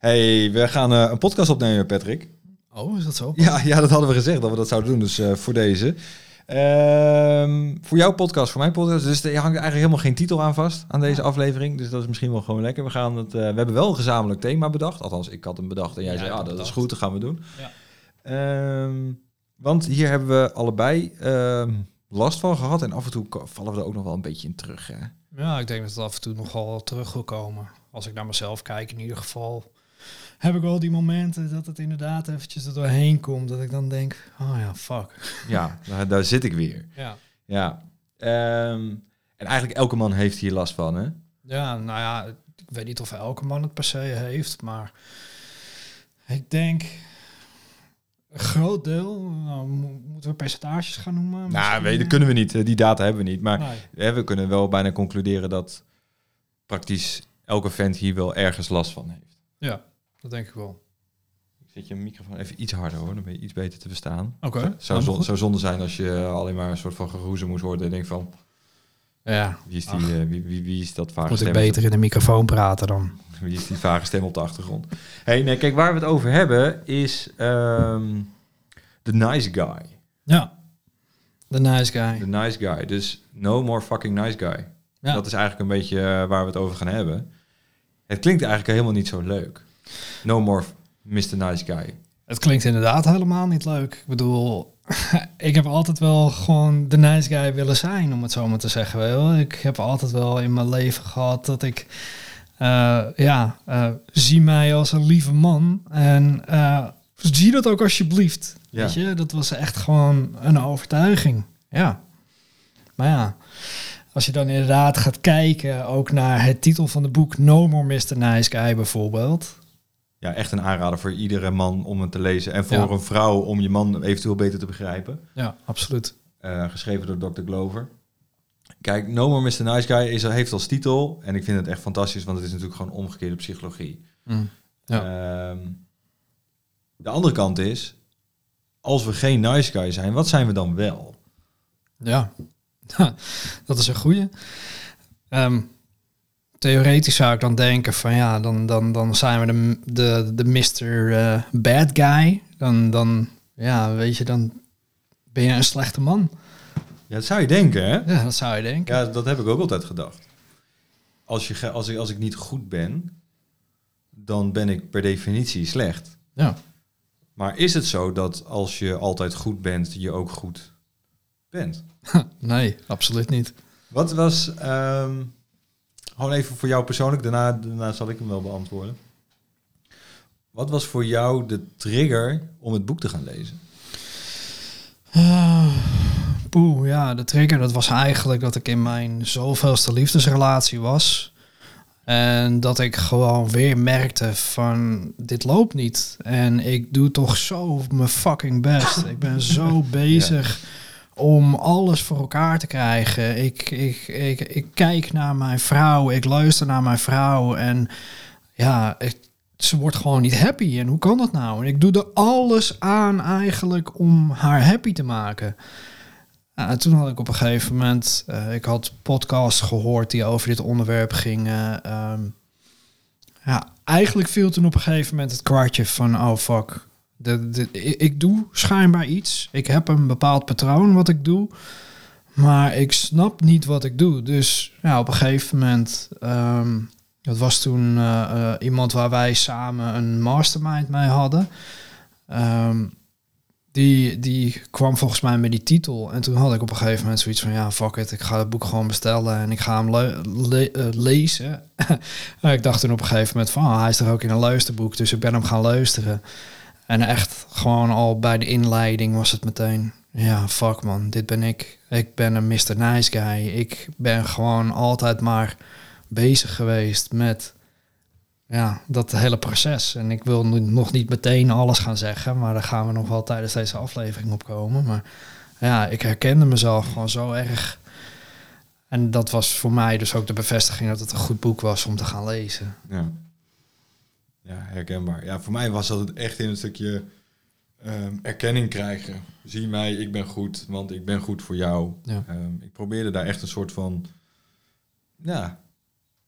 Hey, we gaan een podcast opnemen, Patrick. Oh, is dat zo? Ja, dat hadden we gezegd dat we dat zouden doen, dus voor deze. Voor jouw podcast, voor mijn podcast. Dus er hangt eigenlijk helemaal geen titel aan vast aan deze aflevering. Dus dat is misschien wel gewoon lekker. We hebben wel een gezamenlijk thema bedacht. Althans, ik had hem bedacht en jij zei, dat is goed, dat gaan we doen. Ja. Want hier hebben we allebei last van gehad. En af en toe vallen we er ook nog wel een beetje in terug. Hè? Ja, ik denk dat het af en toe nog wel terug wil komen. Als ik naar mezelf kijk in ieder geval, heb ik wel die momenten dat het inderdaad eventjes er doorheen komt. Dat ik dan denk, oh ja, fuck. Ja, daar zit ik weer. Ja. En eigenlijk elke man heeft hier last van, hè? Ja, nou ja, ik weet niet of elke man het per se heeft, maar ik denk een groot deel. Nou, moeten we percentages gaan noemen? Nou, dat kunnen we niet. Die data hebben we niet. Maar we kunnen wel bijna concluderen dat praktisch elke vent hier wel ergens last van heeft. Ja, dat denk ik wel. Ik zet je microfoon even iets harder, hoor. Dan ben je iets beter te verstaan. Oké. Zou zonde zijn als je alleen maar een soort van geroezen moest worden en denk van... Ja. Wie is dat vage Moet stem? ik beter in de microfoon praten dan? Wie is die vage stem op de achtergrond? Nee, kijk, waar we het over hebben is the nice guy. Ja, the nice guy. The nice guy. Dus no more fucking nice guy. Ja. Dat is eigenlijk een beetje waar we het over gaan hebben. Het klinkt eigenlijk helemaal niet zo leuk. No more Mr. Nice Guy. Het klinkt inderdaad helemaal niet leuk. Ik bedoel, ik heb altijd wel gewoon de nice guy willen zijn, om het zo maar te zeggen. Wel. Ik heb altijd wel in mijn leven gehad dat ik... zie mij als een lieve man. En zie dat ook alsjeblieft. Ja. Weet je, dat was echt gewoon een overtuiging. Ja. Maar ja, als je dan inderdaad gaat kijken ook naar het titel van het boek No More Mr. Nice Guy bijvoorbeeld. Ja, echt een aanrader voor iedere man om het te lezen. En voor een vrouw om je man eventueel beter te begrijpen. Ja, absoluut. Geschreven door Dr. Glover. Kijk, No More Mr. Nice Guy heeft als titel... en ik vind het echt fantastisch, want het is natuurlijk gewoon omgekeerde psychologie. Ja. De andere kant is... als we geen nice guy zijn, wat zijn we dan wel? Ja, dat is een goeie. Theoretisch zou ik dan denken van ja, dan zijn we de Mr. Bad Guy. Dan weet je, dan ben je een slechte man. Ja, dat zou je denken, hè? Ja, dat zou je denken. Ja, dat heb ik ook altijd gedacht. Als ik niet goed ben, dan ben ik per definitie slecht. Ja. Maar is het zo dat als je altijd goed bent, je ook goed bent? Nee, absoluut niet. Wat was, gewoon even voor jou persoonlijk, daarna zal ik hem wel beantwoorden. Wat was voor jou de trigger om het boek te gaan lezen? De trigger, dat was eigenlijk dat ik in mijn zoveelste liefdesrelatie was. En dat ik gewoon weer merkte van, dit loopt niet. En ik doe toch zo mijn fucking best. Ik ben zo bezig om alles voor elkaar te krijgen. Ik kijk naar mijn vrouw, ik luister naar mijn vrouw. En ja, ze wordt gewoon niet happy. En hoe kan dat nou? En ik doe er alles aan eigenlijk om haar happy te maken. En toen had ik op een gegeven moment... ik had podcasts gehoord die over dit onderwerp gingen. Eigenlijk viel toen op een gegeven moment het kwartje van... oh fuck, ik doe schijnbaar iets. Ik heb een bepaald patroon wat ik doe. Maar ik snap niet wat ik doe. Dus ja, op een gegeven moment... dat was toen iemand waar wij samen een mastermind mee hadden... Die kwam volgens mij met die titel. En toen had ik op een gegeven moment zoiets van... ja, fuck it, ik ga het boek gewoon bestellen... en ik ga hem lezen. Ik dacht toen op een gegeven moment van... hij is er ook in een luisterboek, dus ik ben hem gaan luisteren. En echt gewoon al bij de inleiding was het meteen... ja, fuck man, dit ben ik. Ik ben een Mr. Nice Guy. Ik ben gewoon altijd maar bezig geweest met... ja, dat hele proces. En ik wil nu nog niet meteen alles gaan zeggen... maar daar gaan we nog wel tijdens deze aflevering op komen. Maar ja, ik herkende mezelf gewoon zo erg. En dat was voor mij dus ook de bevestiging... dat het een goed boek was om te gaan lezen. Ja, herkenbaar. Ja, voor mij was dat echt in een stukje erkenning krijgen. Zie mij, ik ben goed, want ik ben goed voor jou. Ja. Ik probeerde daar echt een soort van...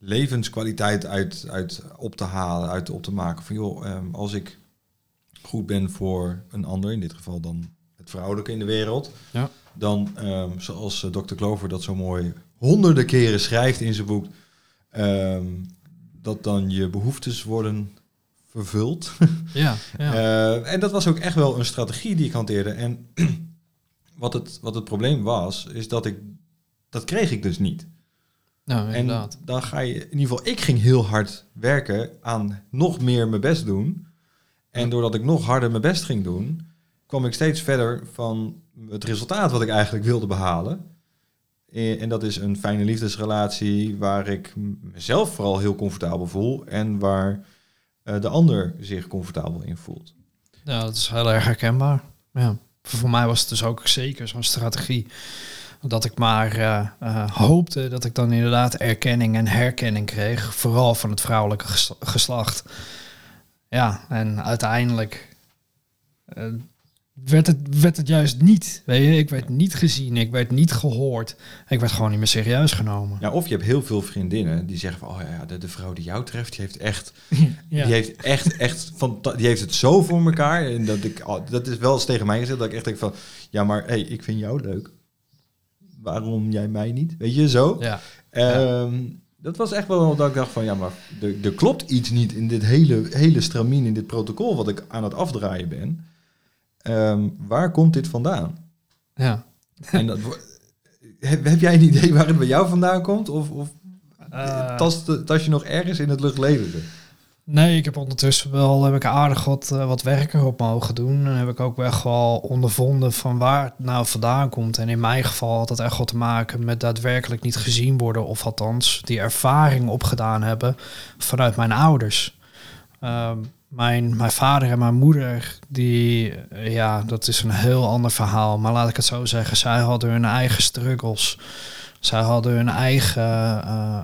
levenskwaliteit uit op te halen, uit op te maken. Van joh, als ik goed ben voor een ander, in dit geval dan het vrouwelijke in de wereld, dan, zoals Dr. Glover dat zo mooi honderden keren schrijft in zijn boek, dat dan je behoeftes worden vervuld. En dat was ook echt wel een strategie die ik hanteerde. En wat het probleem was, is dat kreeg ik dus niet. Nou, en dan ga je, in ieder geval, ik ging heel hard werken aan nog meer mijn best doen. En doordat ik nog harder mijn best ging doen, kwam ik steeds verder van het resultaat wat ik eigenlijk wilde behalen. En dat is een fijne liefdesrelatie waar ik mezelf vooral heel comfortabel voel en waar de ander zich comfortabel in voelt. Ja, dat is heel erg herkenbaar. Ja. Voor mij was het dus ook zeker zo'n strategie. Dat ik maar hoopte dat ik dan inderdaad erkenning en herkenning kreeg. Vooral van het vrouwelijke geslacht. Ja, en uiteindelijk werd het juist niet. Weet je, ik werd niet gezien, ik werd niet gehoord. Ik werd gewoon niet meer serieus genomen. Ja, of je hebt heel veel vriendinnen die zeggen van, oh ja, de vrouw die jou treft, die heeft echt, die heeft het zo voor elkaar. En dat is wel eens tegen mij gezegd dat ik echt denk van, ja, maar hey, ik vind jou leuk. Waarom jij mij niet? Weet je, zo. Ja. Dat was echt wel dat ik dacht van, ja, maar er klopt iets niet in dit hele stramien, in dit protocol wat ik aan het afdraaien ben. Waar komt dit vandaan? Ja. En heb jij een idee waar het bij jou vandaan komt? Of tast je nog ergens in het luchtledige? Nee, ik heb ondertussen heb ik aardig wat werk erop mogen doen. En heb ik ook echt wel ondervonden van waar het nou vandaan komt. En in mijn geval had het echt wel te maken met daadwerkelijk niet gezien worden. Of althans die ervaring opgedaan hebben vanuit mijn ouders. Mijn vader en mijn moeder, dat is een heel ander verhaal. Maar laat ik het zo zeggen, zij hadden hun eigen struggles. Zij hadden hun eigen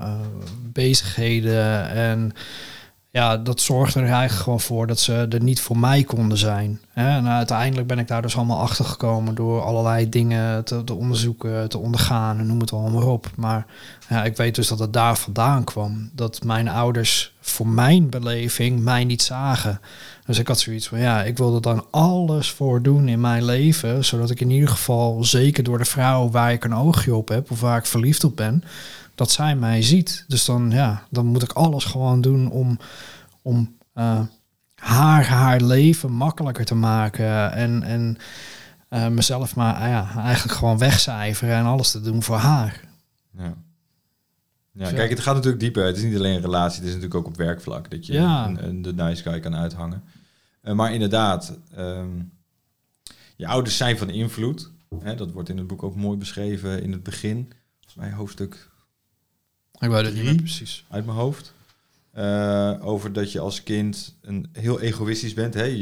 bezigheden. En ja, dat zorgde er eigenlijk gewoon voor dat ze er niet voor mij konden zijn. En uiteindelijk ben ik daar dus allemaal achter gekomen door allerlei dingen te onderzoeken, te ondergaan en noem het allemaal op. Maar ja, ik weet dus dat het daar vandaan kwam. Dat mijn ouders voor mijn beleving mij niet zagen. Dus ik had zoiets van, ja, ik wilde dan alles voor doen in mijn leven, zodat ik in ieder geval, zeker door de vrouw waar ik een oogje op heb of waar ik verliefd op ben, dat zij mij ziet. Dus dan moet ik alles gewoon doen om haar leven makkelijker te maken. En mezelf maar eigenlijk gewoon wegcijferen en alles te doen voor haar. Ja. Ja, kijk, het gaat natuurlijk dieper. Het is niet alleen een relatie, het is natuurlijk ook op werkvlak dat je de nice guy kan uithangen. Maar inderdaad, je ouders zijn van invloed. Dat wordt in het boek ook mooi beschreven in het begin. Volgens mij hoofdstuk ik weet het niet meer precies uit mijn hoofd. Over dat je als kind heel egoïstisch bent. Hè?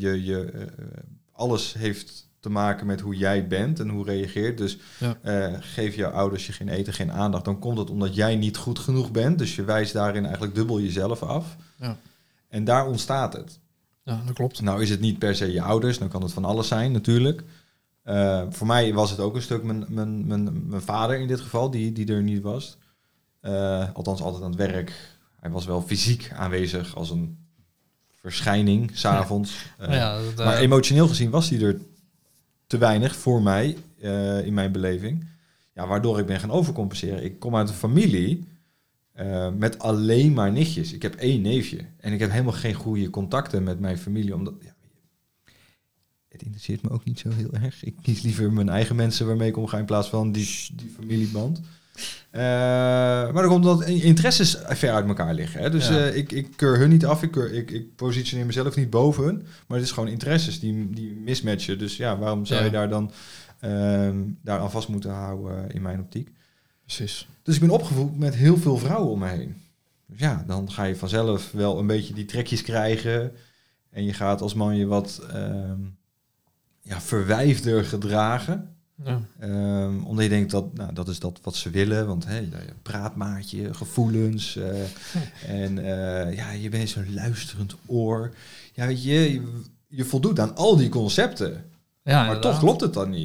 Alles heeft te maken met hoe jij bent en hoe reageert. Dus geef jouw ouders je geen eten, geen aandacht. Dan komt het omdat jij niet goed genoeg bent. Dus je wijst daarin eigenlijk dubbel jezelf af. Ja. En daar ontstaat het. Ja, dat klopt. Nou is het niet per se je ouders. Dan kan het van alles zijn natuurlijk. Voor mij was het ook een stuk mijn vader in dit geval, die er niet was. Althans altijd aan het werk. Hij was wel fysiek aanwezig als een verschijning, 's avonds. Maar emotioneel gezien was hij er te weinig voor mij, in mijn beleving. Ja, waardoor ik ben gaan overcompenseren. Ik kom uit een familie met alleen maar nichtjes. Ik heb 1 neefje. En ik heb helemaal geen goede contacten met mijn familie. Omdat het interesseert me ook niet zo heel erg. Ik kies liever mijn eigen mensen waarmee ik omga in plaats van die familieband. Maar dan komt dat interesses ver uit elkaar liggen. Hè? Dus ik keur hun niet af. Ik positioneer mezelf niet boven hun. Maar het is gewoon interesses die mismatchen. Dus ja, waarom zou je daar dan daaraan vast moeten houden in mijn optiek? Precies. Dus ik ben opgevoed met heel veel vrouwen om me heen. Dus ja, dan ga je vanzelf wel een beetje die trekjes krijgen. En je gaat als man je wat verwijfder gedragen. Ja. Omdat je denkt dat is dat wat ze willen. Want praatmaatje, gevoelens. En je bent zo'n luisterend oor. Ja, weet je voldoet aan al die concepten. Ja, maar inderdaad. Toch klopt het dan niet.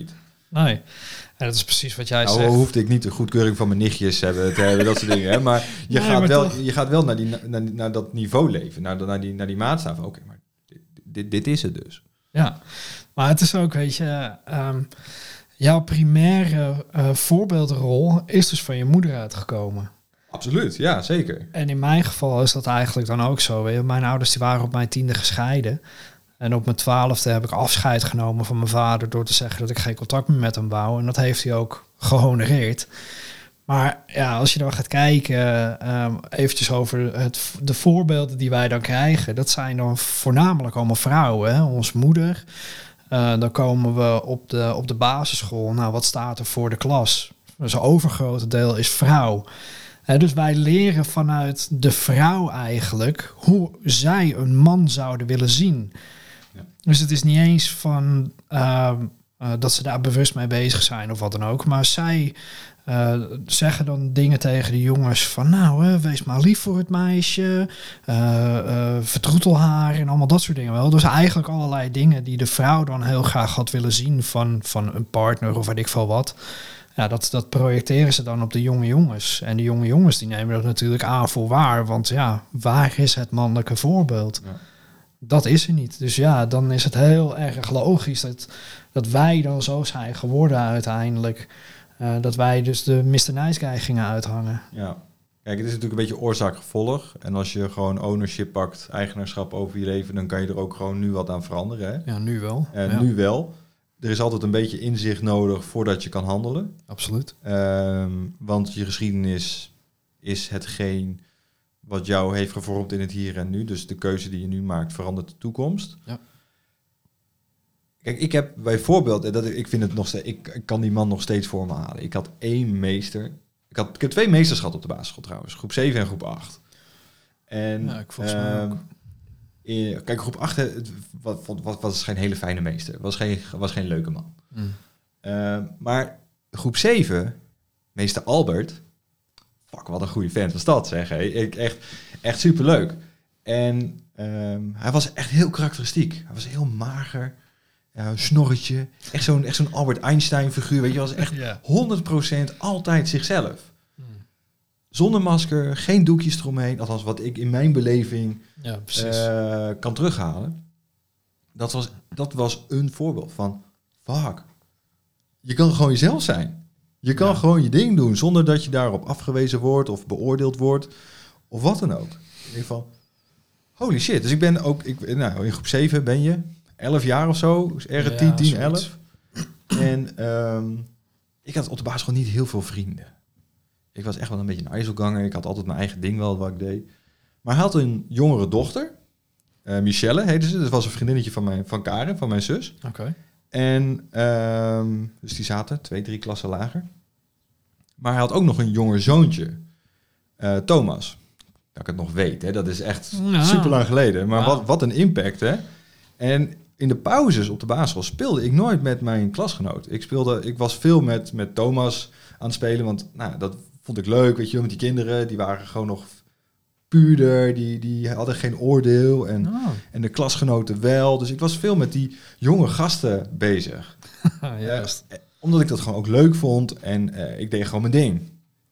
Nee. En dat is precies wat jij Nou, zegt. hoefde ik niet de goedkeuring van mijn nichtjes te hebben, dat soort dingen. Hè? Maar je gaat wel naar dat niveau leven, naar die maatstaf. Oké, maar dit is het dus. Ja, maar het is ook, weet je, jouw primaire voorbeeldrol is dus van je moeder uitgekomen. Absoluut, ja, zeker. En in mijn geval is dat eigenlijk dan ook zo. Weet je. Mijn ouders die waren op mijn 10e gescheiden. En op mijn 12e heb ik afscheid genomen van mijn vader door te zeggen dat ik geen contact meer met hem wou. En dat heeft hij ook gehonoreerd. Maar ja, als je dan gaat kijken, eventjes over de voorbeelden die wij dan krijgen. Dat zijn dan voornamelijk allemaal vrouwen. Hè? Ons moeder. Dan komen we op de basisschool. Nou, wat staat er voor de klas? Dus een overgrote deel is vrouw. Dus wij leren vanuit de vrouw eigenlijk hoe zij een man zouden willen zien. Ja. Dus het is niet eens van dat ze daar bewust mee bezig zijn of wat dan ook. Maar zij zeggen dan dingen tegen de jongens van nou, wees maar lief voor het meisje, vertroetel haar en allemaal dat soort dingen wel. Dus eigenlijk allerlei dingen die de vrouw dan heel graag had willen zien van een partner of weet ik veel wat. Ja, dat projecteren ze dan op de jonge jongens. En de jonge jongens die nemen dat natuurlijk aan voor waar. Want ja, waar is het mannelijke voorbeeld? Ja. Dat is er niet. Dus ja, dan is het heel erg logisch dat wij dan zo zijn geworden uiteindelijk. Dat wij dus de Mr. Nice Guy gingen uithangen. Ja, kijk, het is natuurlijk een beetje oorzaak-gevolg. En als je gewoon ownership pakt, eigenaarschap over je leven, dan kan je er ook gewoon nu wat aan veranderen. Hè? Ja, nu wel. Nu wel. Er is altijd een beetje inzicht nodig voordat je kan handelen. Absoluut. Want je geschiedenis is hetgeen wat jou heeft gevormd in het hier en nu. Dus de keuze die je nu maakt verandert de toekomst. Ja. Kijk, ik heb bijvoorbeeld, ik vind het nog steeds, ik kan die man nog steeds voor me halen. Ik had één meester. Ik heb 2 meesters gehad op de basisschool trouwens. Groep 7 en groep 8. En ja, ik volgens mij ook. Kijk, groep 8 was geen hele fijne meester. Was geen leuke man. Maar groep 7, meester Albert, fuck, wat een goede vent was dat, zeg. Echt superleuk. En hij was echt heel karakteristiek. Hij was heel mager, een snorretje. Echt zo'n Albert Einstein figuur, weet je, was echt 100% altijd zichzelf. Zonder masker, geen doekjes eromheen. Althans, wat ik in mijn beleving kan terughalen. Dat was een voorbeeld van, fuck, je kan gewoon jezelf zijn. Je kan gewoon je ding doen, zonder dat je daarop afgewezen wordt of beoordeeld wordt. Of wat dan ook. In ieder geval, holy shit. Dus ik ben ook, in groep 7 ben je 11 jaar of zo. Ergens 10, 11. En ik had op de basisschool niet heel veel vrienden. Ik was echt wel een beetje een ijzelganger. Ik had altijd mijn eigen ding wel wat ik deed. Maar hij had een jongere dochter. Michelle heette ze. Dat was een vriendinnetje van Karen, van mijn zus. Oké. En dus die zaten 2-3 klassen lager. Maar hij had ook nog een jonger zoontje. Thomas. Dat ik het nog weet. Hè. Dat is echt super lang geleden. Maar wat een impact, hè. En in de pauzes op de basisschool speelde ik nooit met mijn klasgenoot. Ik was veel met Thomas aan het spelen. Want dat vond ik leuk, weet je, met die kinderen. Die waren gewoon nog puurder. Die hadden geen oordeel. En de klasgenoten wel. Dus ik was veel met die jonge gasten bezig. Juist. Omdat ik dat gewoon ook leuk vond. En ik deed gewoon mijn ding.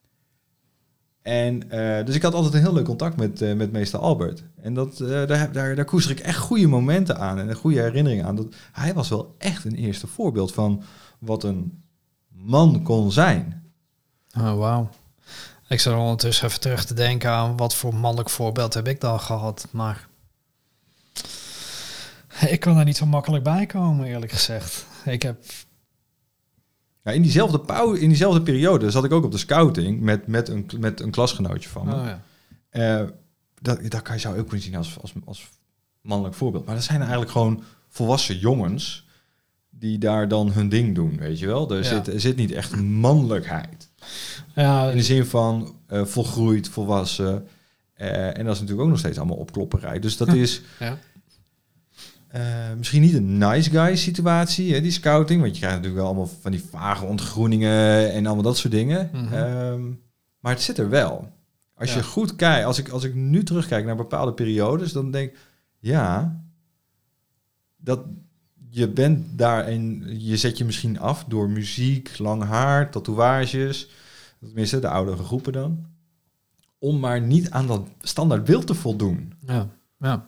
En dus ik had altijd een heel leuk contact met meester Albert. En daar koester ik echt goede momenten aan. En een goede herinnering aan. Hij was wel echt een eerste voorbeeld van wat een man kon zijn. Oh, wauw. Ik zat ondertussen even terug te denken aan wat voor mannelijk voorbeeld heb ik dan gehad. Maar ik kan daar niet zo makkelijk bij komen, eerlijk gezegd. Ik heb... Ja, in diezelfde periode zat ik ook op de scouting met een klasgenootje van me. Oh, ja. Dat zou je ook kunnen zien als mannelijk voorbeeld. Maar dat zijn eigenlijk gewoon volwassen jongens die daar dan hun ding doen, weet je wel. Er zit niet echt mannelijkheid. Ja, in de zin van volgroeid, volwassen. En dat is natuurlijk ook nog steeds allemaal opklopperij. Dus dat is misschien niet een nice guy situatie, hè, die scouting. Want je krijgt natuurlijk wel allemaal van die vage ontgroeningen en allemaal dat soort dingen. Mm-hmm. Maar het zit er wel. Als je goed kijkt, als ik nu terugkijk naar bepaalde periodes, dan denk ik, je bent daar en je zet je misschien af door muziek, lang haar, tatoeages, tenminste de oudere groepen dan, om maar niet aan dat standaard beeld te voldoen. Ja.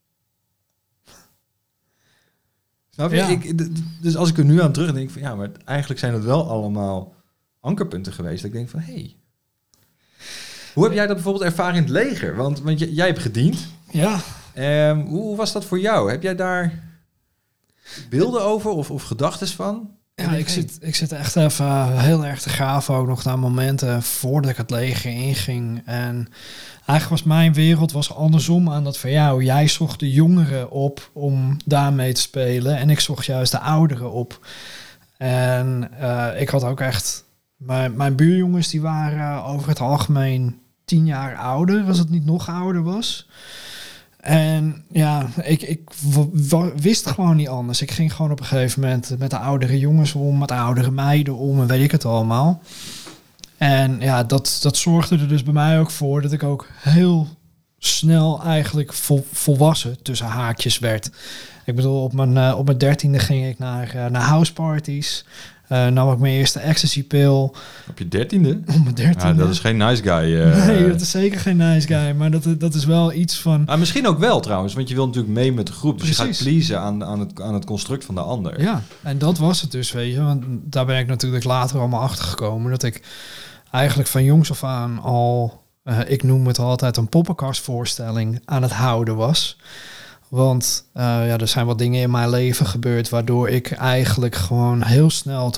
Snap je? Ja. Dus als ik er nu aan terugdenk, van ja, maar eigenlijk zijn het wel allemaal ankerpunten geweest. Dat ik denk van, hey, hoe heb jij dat bijvoorbeeld ervaren in het leger? Want jij hebt gediend. Ja. Hoe was dat voor jou? Heb jij daar beelden over of gedachten van? Ja, ik zit echt even heel erg te graven ook nog naar momenten voordat ik het leger inging. En eigenlijk was mijn wereld andersom aan dat van jou. Jij zocht de jongeren op om daarmee te spelen. En ik zocht juist de ouderen op. En ik had ook echt... Mijn buurjongens die waren over het algemeen 10 jaar ouder, als het niet nog ouder was. En ja, ik wist gewoon niet anders. Ik ging gewoon op een gegeven moment met de oudere jongens om, met de oudere meiden om en weet ik het allemaal. En ja, dat zorgde er dus bij mij ook voor dat ik ook heel snel eigenlijk volwassen tussen haakjes werd. Ik bedoel, op mijn 13e ging ik naar houseparties. Nam ik mijn eerste ecstasy-pil. Op je 13e? Op mijn 13e. Ja, dat is geen nice guy. Nee, dat is zeker geen nice guy. Maar dat is wel iets van... Maar misschien ook wel trouwens, want je wilt natuurlijk mee met de groep. Dus Precies. je gaat pleasen aan het construct van de ander. Ja, en dat was het dus, weet je. Want daar ben ik natuurlijk later allemaal achter gekomen. Dat ik eigenlijk van jongs af aan al... ik noem het altijd een poppenkastvoorstelling aan het houden was. Want er zijn wat dingen in mijn leven gebeurd waardoor ik eigenlijk gewoon heel snel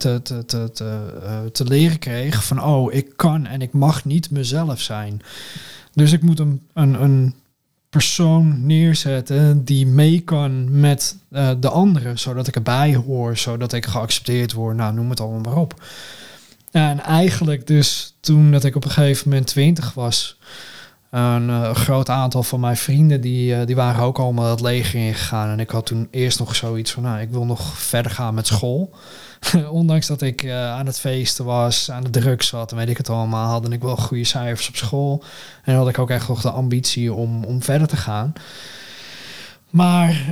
te leren kreeg van ik kan en ik mag niet mezelf zijn. Dus ik moet een persoon neerzetten die mee kan met de anderen, zodat ik erbij hoor, zodat ik geaccepteerd word. Nou, noem het allemaal maar op. En eigenlijk dus toen dat ik op een gegeven moment 20 was... Een groot aantal van mijn vrienden die waren ook allemaal het leger ingegaan. En ik had toen eerst nog zoiets van, ik wil nog verder gaan met school. Ondanks dat ik aan het feesten was, aan de drugs zat en weet ik het allemaal, had ik wel goede cijfers op school. En had ik ook echt nog de ambitie om verder te gaan. Maar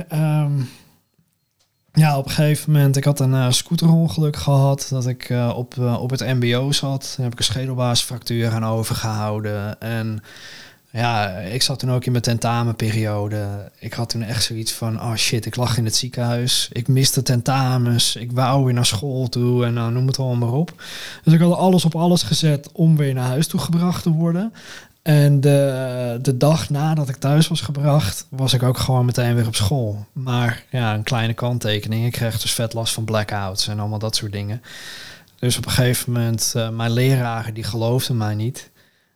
op een gegeven moment, ik had een scooterongeluk gehad, dat ik op het mbo zat. Daar heb ik een schedelbasisfractuur aan overgehouden. En ja, ik zat toen ook in mijn tentamenperiode. Ik had toen echt zoiets van, shit, ik lag in het ziekenhuis. Ik miste tentamens. Ik wou weer naar school toe en nou, noem het allemaal maar op. Dus ik had alles op alles gezet om weer naar huis toe gebracht te worden. En de dag nadat ik thuis was gebracht, was ik ook gewoon meteen weer op school. Maar ja, een kleine kanttekening. Ik kreeg dus vet last van blackouts en allemaal dat soort dingen. Dus op een gegeven moment, mijn leraren die geloofden mij niet.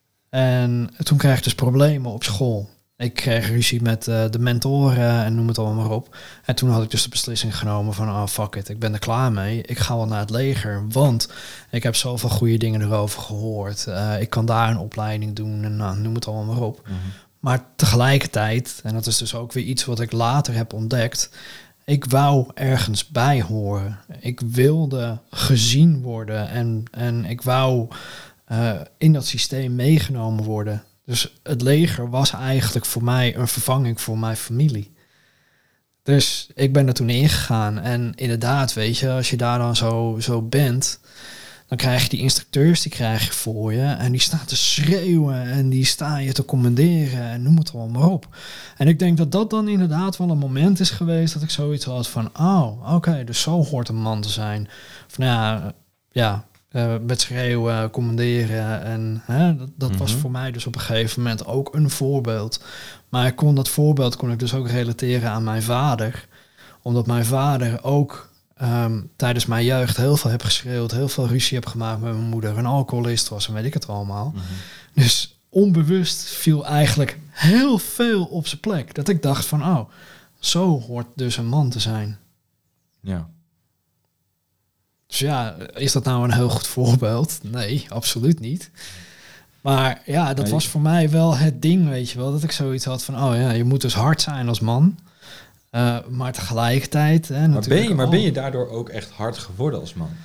En toen kreeg ik dus problemen op school. Ik kreeg ruzie met de mentoren en noem het allemaal maar op. En toen had ik dus de beslissing genomen van, fuck it, ik ben er klaar mee. Ik ga wel naar het leger, want ik heb zoveel goede dingen erover gehoord. Ik kan daar een opleiding doen en noem het allemaal maar op. Mm-hmm. Maar tegelijkertijd, en dat is dus ook weer iets wat ik later heb ontdekt, ik wou ergens bij horen. Ik wilde gezien worden en ik wou in dat systeem meegenomen worden. Dus het leger was eigenlijk voor mij een vervanging voor mijn familie. Dus ik ben er toen ingegaan. En inderdaad, weet je, als je daar dan zo bent, dan krijg je die instructeurs, die krijg je voor je. En die staan te schreeuwen en die staan je te commanderen en noem het allemaal maar op. En ik denk dat dat dan inderdaad wel een moment is geweest dat ik zoiets had van, oké, dus zo hoort een man te zijn. Van ja, met schreeuwen, commanderen. En dat was voor mij dus op een gegeven moment ook een voorbeeld. Maar dat voorbeeld kon ik dus ook relateren aan mijn vader. Omdat mijn vader ook tijdens mijn jeugd heel veel heb geschreeuwd, heel veel ruzie heb gemaakt met mijn moeder, een alcoholist was en weet ik het allemaal. Mm-hmm. Dus onbewust viel eigenlijk heel veel op zijn plek. Dat ik dacht van, zo hoort dus een man te zijn. Ja. Dus ja, is dat nou een heel goed voorbeeld? Nee, absoluut niet. Maar ja, dat was voor mij wel het ding, weet je wel. Dat ik zoiets had van, je moet dus hard zijn als man. Maar tegelijkertijd... ben je daardoor ook echt hard geworden als man?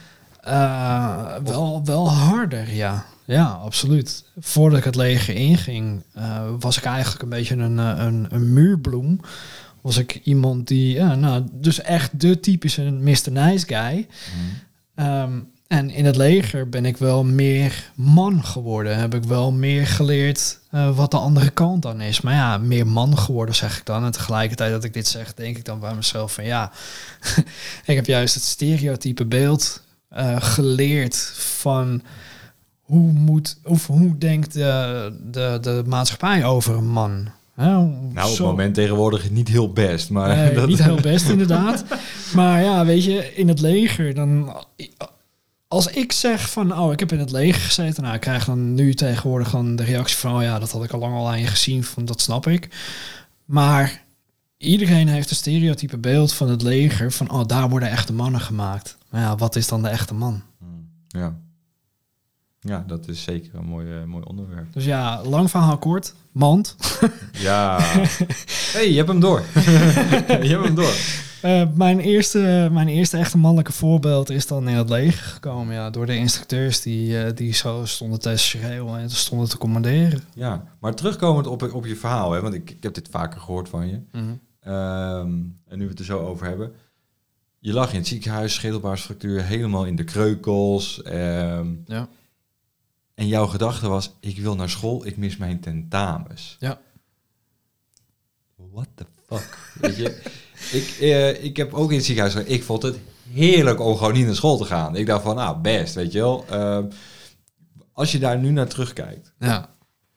Wel harder, ja. Ja, absoluut. Voordat ik het leger inging, was ik eigenlijk een beetje een muurbloem. was ik iemand die, dus echt de typische Mr. Nice Guy. En in het leger ben ik wel meer man geworden. Heb ik wel meer geleerd wat de andere kant dan is. Maar ja, meer man geworden zeg ik dan. En tegelijkertijd dat ik dit zeg, denk ik dan bij mezelf van ja, ik heb juist het stereotype beeld geleerd van hoe denkt de maatschappij over een man. Nou, op het moment tegenwoordig niet heel best. Maar niet heel best inderdaad. Maar ja, weet je, in het leger dan... Als ik zeg van, ik heb in het leger gezeten... Nou, ik krijg dan nu tegenwoordig dan de reactie van... ja, dat had ik al lang al aan je gezien, van dat snap ik. Maar iedereen heeft een stereotype beeld van het leger... van, daar worden echte mannen gemaakt. Maar ja, wat is dan de echte man? Ja, dat is zeker een mooi onderwerp. Dus ja, lang verhaal kort. Mand. Ja. Hey, je hebt hem door. Je hebt hem door. Mijn eerste echte mannelijke voorbeeld is dan in het leger gekomen. Ja, door de instructeurs die zo stonden te schreeuwen en stonden te commanderen. Ja, maar terugkomend op je verhaal, hè, want ik heb dit vaker gehoord van je. Mm-hmm. En nu we het er zo over hebben. Je lag in het ziekenhuis, schedelbasisfractuur, helemaal in de kreukels. Ja. En jouw gedachte was, ik wil naar school, ik mis mijn tentamens. Ja. What the fuck? Weet je, ik heb ook in het ziekenhuis gegaan. Ik vond het heerlijk om gewoon niet naar school te gaan. Ik dacht van, best, weet je wel. Als je daar nu naar terugkijkt. Ja.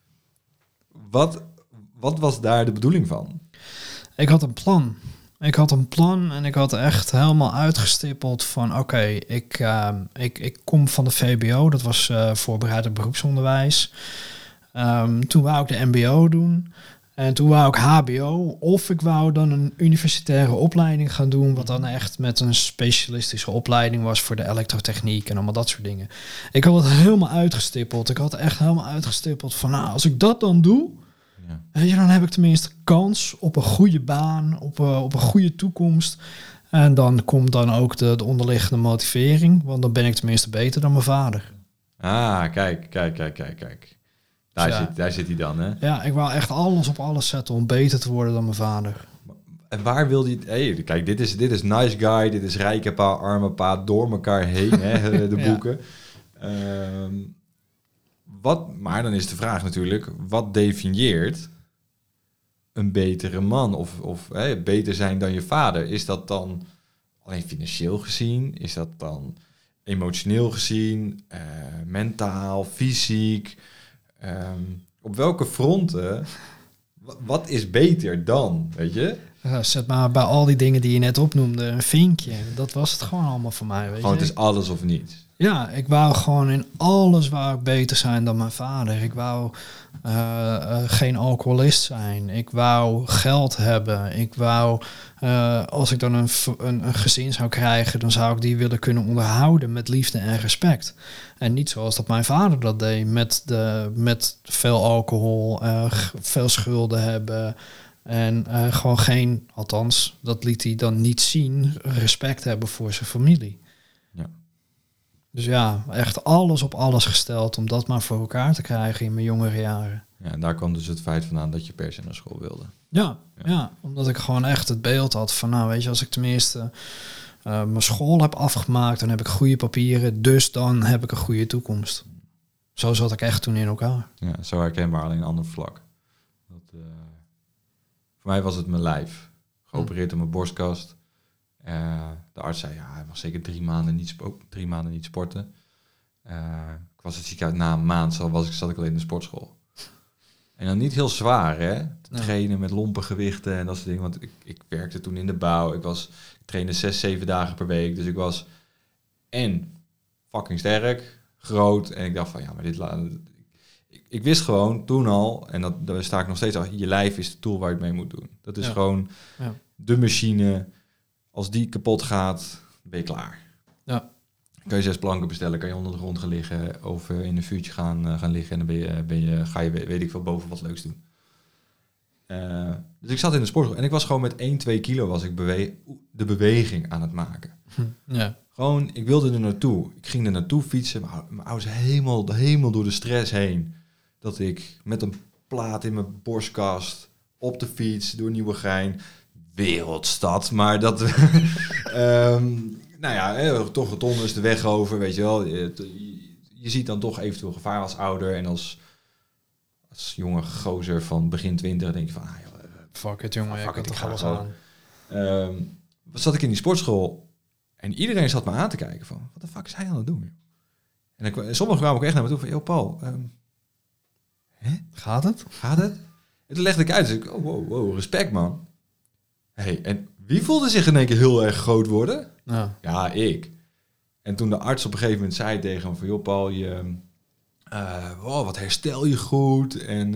Wat was daar de bedoeling van? Ik had een plan. En ik had echt helemaal uitgestippeld van... ik kom van de VBO. Dat was voorbereidend beroepsonderwijs. Toen wou ik de MBO doen. En toen wou ik HBO. Of ik wou dan een universitaire opleiding gaan doen... wat dan echt met een specialistische opleiding was... voor de elektrotechniek en allemaal dat soort dingen. Ik had het helemaal uitgestippeld. Ik had echt helemaal uitgestippeld van... als ik dat dan doe... Ja. Weet je, dan heb ik tenminste kans op een goede baan, op een goede toekomst. En dan komt dan ook de onderliggende motivering, want dan ben ik tenminste beter dan mijn vader. Ah, kijk. Daar zit hij dan, hè? Ja, ik wou echt alles op alles zetten om beter te worden dan mijn vader. En waar wil hij... Hey, kijk, dit is nice guy, dit is rijke pa, arme pa, door elkaar heen, hè, de boeken. Maar dan is de vraag natuurlijk, wat definieert een betere man of beter zijn dan je vader? Is dat dan alleen financieel gezien? Is dat dan emotioneel gezien? Mentaal, fysiek? Op welke fronten? Wat is beter dan, weet je? Zet maar bij al die dingen die je net opnoemde een vinkje. Dat was het gewoon allemaal voor mij, weet gewoon, je? het is alles of niets. Ja, ik wou gewoon in alles wou ik beter zijn dan mijn vader. Ik wou geen alcoholist zijn. Ik wou geld hebben. Ik wou, als ik dan een gezin zou krijgen... dan zou ik die willen kunnen onderhouden met liefde en respect. En niet zoals dat mijn vader dat deed. Met veel alcohol, veel schulden hebben... En gewoon geen, althans, dat liet hij dan niet zien... respect hebben voor zijn familie. Ja. Dus ja, echt alles op alles gesteld om dat maar voor elkaar te krijgen in mijn jongere jaren. Ja, en daar kwam dus het feit vandaan dat je per se naar school wilde. Ja, omdat ik gewoon echt het beeld had van, weet je, als ik tenminste mijn school heb afgemaakt, dan heb ik goede papieren, dus dan heb ik een goede toekomst. Zo zat ik echt toen in elkaar. Ja, zo herkenbaar, alleen een ander vlak. Voor mij was het mijn lijf. Geopereerd op mijn borstkast. De arts zei, hij mag zeker 3 maanden niet sporten. Ik was het ziekenhuis na een maand, zat ik al in de sportschool. En dan niet heel zwaar, hè? Trainen met lompe gewichten en dat soort dingen. Want ik werkte toen in de bouw. Ik trainde 6-7 dagen per week. Dus ik was fucking sterk, groot. En ik dacht van, maar ik wist gewoon toen al, en daar sta ik nog steeds al, je lijf is de tool waar je het mee moet doen. Dat is gewoon de machine. Als die kapot gaat, ben je klaar. Ja. Kan je 6 planken bestellen, kan je onder de grond gaan liggen of in een vuurtje gaan liggen en dan ga je weet ik veel boven wat leuks doen. Dus ik zat in de sportschool en ik was gewoon met 1-2 kilo was ik de beweging aan het maken. Ja. Gewoon, ik wilde er naartoe. Ik ging er naartoe fietsen, maar ik was helemaal door de stress heen. Dat ik met een plaat in mijn borstkast op de fiets door Nieuwegein wereldstad, maar dat... nou ja, toch rotonde is de weg over, weet je wel. Je ziet dan toch eventueel gevaar als ouder en als jonge gozer van begin 20 denk je van... Fuck it, jongen, fuck ik it, toch ik ga alles gewoon. aan. Zat ik in die sportschool en iedereen zat me aan te kijken van... Wat de fuck is hij aan het doen? En sommigen kwamen ook echt naar me toe van... Yo, Paul, Gaat het? gaat het? En toen legde ik uit, dus ik, wow, respect man. Hey, en wie voelde zich in één keer heel erg groot worden? Ja, ik. En toen de arts op een gegeven moment zei tegen hem van... Joh, Paul, wat herstel je goed. En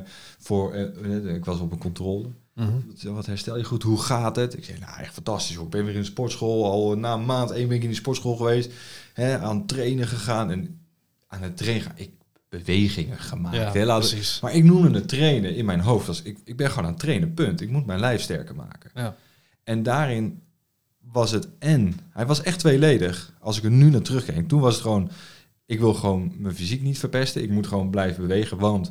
ik was op een controle. Wat herstel je goed, hoe gaat het? Ik zei, nou, echt fantastisch. Ik ben weer in de sportschool. Al na een maand, 1 week in die sportschool geweest. Aan het trainen gegaan. En aan het trainen gaan. Bewegingen gemaakt. Ja, precies. Maar ik noemde het trainen in mijn hoofd als ik ben gewoon aan het trainen, punt. Ik moet mijn lijf sterker maken. Ja. En daarin was het hij was echt tweeledig. Als ik er nu naar terugkijk, toen was het gewoon, ik wil gewoon mijn fysiek niet verpesten. Ik moet gewoon blijven bewegen, want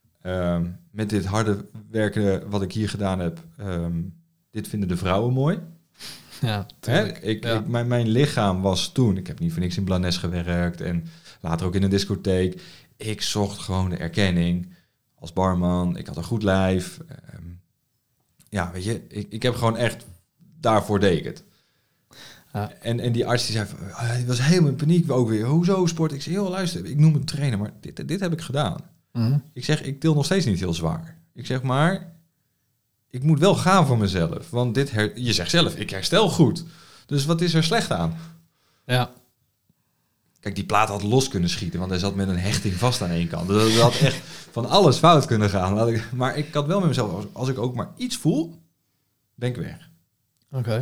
met dit harde werken wat ik hier gedaan heb, dit vinden de vrouwen mooi. Ja, mijn lichaam was toen, ik heb niet voor niks in Blanes gewerkt en later ook in een discotheek. Ik zocht gewoon de erkenning als barman. Ik had een goed lijf. Ja, weet je, ik heb gewoon echt daarvoor deed ik het. Ja. En die arts die zei, hij was helemaal in paniek ook weer. Hoezo sport? Ik zei, joh, luister, ik noem het trainen, maar dit heb ik gedaan. Ik zeg, ik til nog steeds niet heel zwaar. Ik zeg, maar ik moet wel gaan voor mezelf. Want je zegt zelf, ik herstel goed. Dus wat is er slecht aan? Ja. Kijk, die plaat had los kunnen schieten, want hij zat met een hechting vast aan één kant. Dus dat had echt van alles fout kunnen gaan. Maar ik had wel met mezelf, als ik ook maar iets voel, ben ik weg. Oké.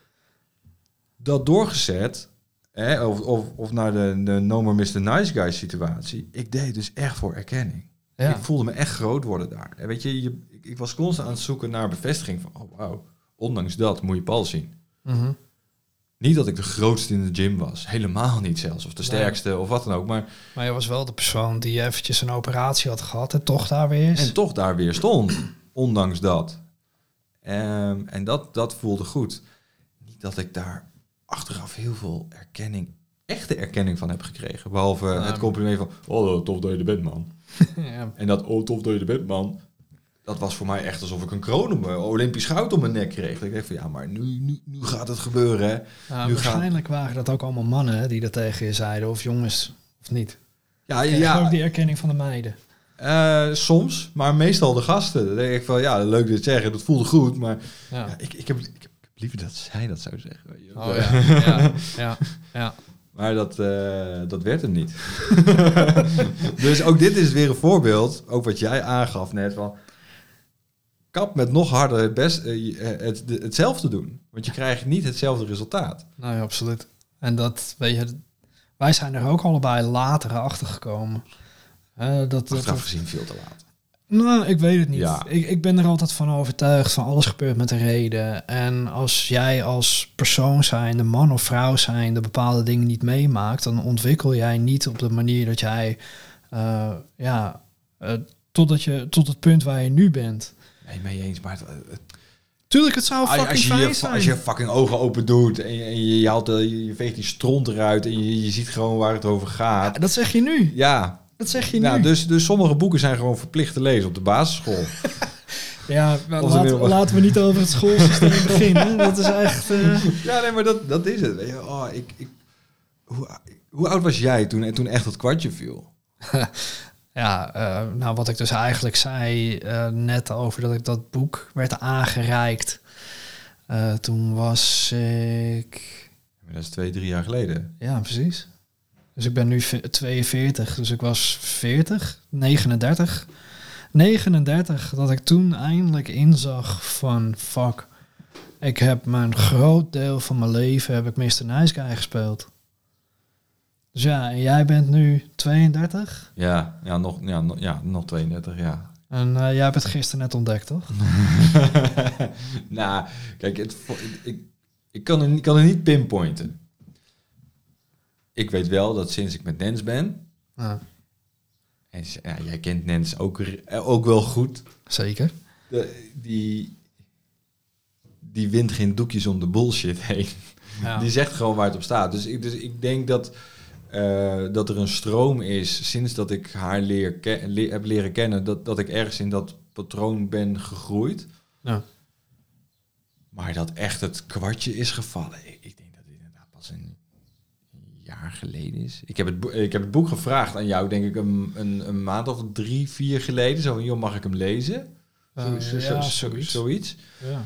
Dat doorgezet, of naar de No More Mr. Nice Guy situatie, ik deed dus echt voor erkenning. Ja. Ik voelde me echt groot worden daar. En weet je, ik was constant aan het zoeken naar bevestiging van, oh wauw, ondanks dat moet je Paul zien. Niet dat ik de grootste in de gym was. Helemaal niet zelfs. Of de sterkste of wat dan ook. Maar je was wel de persoon die eventjes een operatie had gehad en toch daar weer is. En toch daar weer stond. Ondanks dat. En dat voelde goed. Niet dat ik daar achteraf heel veel echte erkenning van heb gekregen. Behalve het compliment van, oh, tof dat je er bent, man. Ja. En dat, oh, tof dat je er bent, man. Dat was voor mij echt alsof ik een kroon op mijn Olympisch goud om mijn nek kreeg. Ik dacht van, ja, maar nu gaat het gebeuren, hè. Ja, waarschijnlijk waren dat ook allemaal mannen hè, die dat tegen je zeiden. Of jongens, of niet. Ja. Ook die erkenning van de meiden. Soms, maar meestal de gasten. Dan denk ik van, ja, leuk dit zeggen. Dat voelde goed, maar ik heb liever dat zij dat zou zeggen. Ja. Maar dat werd hem niet. Dus ook dit is weer een voorbeeld, ook wat jij aangaf net, van kap met nog harder hetzelfde doen. Want je krijgt niet hetzelfde resultaat. Nee, absoluut. En dat, weet je, wij zijn er ook allebei later achter gekomen. Achteraf gezien veel te laat. Nou, ik weet het niet. Ja. Ik ben er altijd van overtuigd van alles gebeurt met een reden. En als jij als persoon zijnde, man of vrouw zijnde, bepaalde dingen niet meemaakt, dan ontwikkel jij niet op de manier dat jij tot het punt waar je nu bent. Nee, mee eens, maar tuurlijk, het zou fucking fijn zijn. Als je fucking ogen open doet en je veegt die stront eruit en je ziet gewoon waar het over gaat. Ja, dat zeg je nu. Ja. Dat zeg je nu. Dus sommige boeken zijn gewoon verplicht te lezen op de basisschool. Ja, laten we niet over het schoolsysteem beginnen. Dat is echt... Ja, nee, maar dat is het. Weet je, hoe oud was jij toen echt het kwartje viel? Nou, wat ik dus eigenlijk zei net over dat boek werd aangereikt. Toen was ik... Dat is 2-3 jaar geleden. Ja, precies. Dus ik ben nu 42, dus ik was 39, dat ik toen eindelijk inzag van fuck, ik heb mijn groot deel van mijn leven heb ik Mr. Nice Guy gespeeld. Dus ja, en jij bent nu 32? Ja, nog 32, ja. En jij hebt het gisteren net ontdekt, toch? Nou, kijk, ik kan er niet pinpointen. Ik weet wel dat sinds ik met Nens ben... En jij kent Nens ook wel goed. Zeker. Die die wint geen doekjes om de bullshit heen. Ja. Die zegt gewoon waar het op staat. Dus ik denk dat er een stroom is sinds dat ik haar heb leren kennen, dat ik ergens in dat patroon ben gegroeid. Ja. Maar dat echt het kwartje is gevallen. Ik denk dat het inderdaad pas een jaar geleden is. Ik heb het boek gevraagd aan jou, denk ik, een maand of 3, 4 geleden. Zo van, joh, mag ik hem lezen? Zoiets. Ja.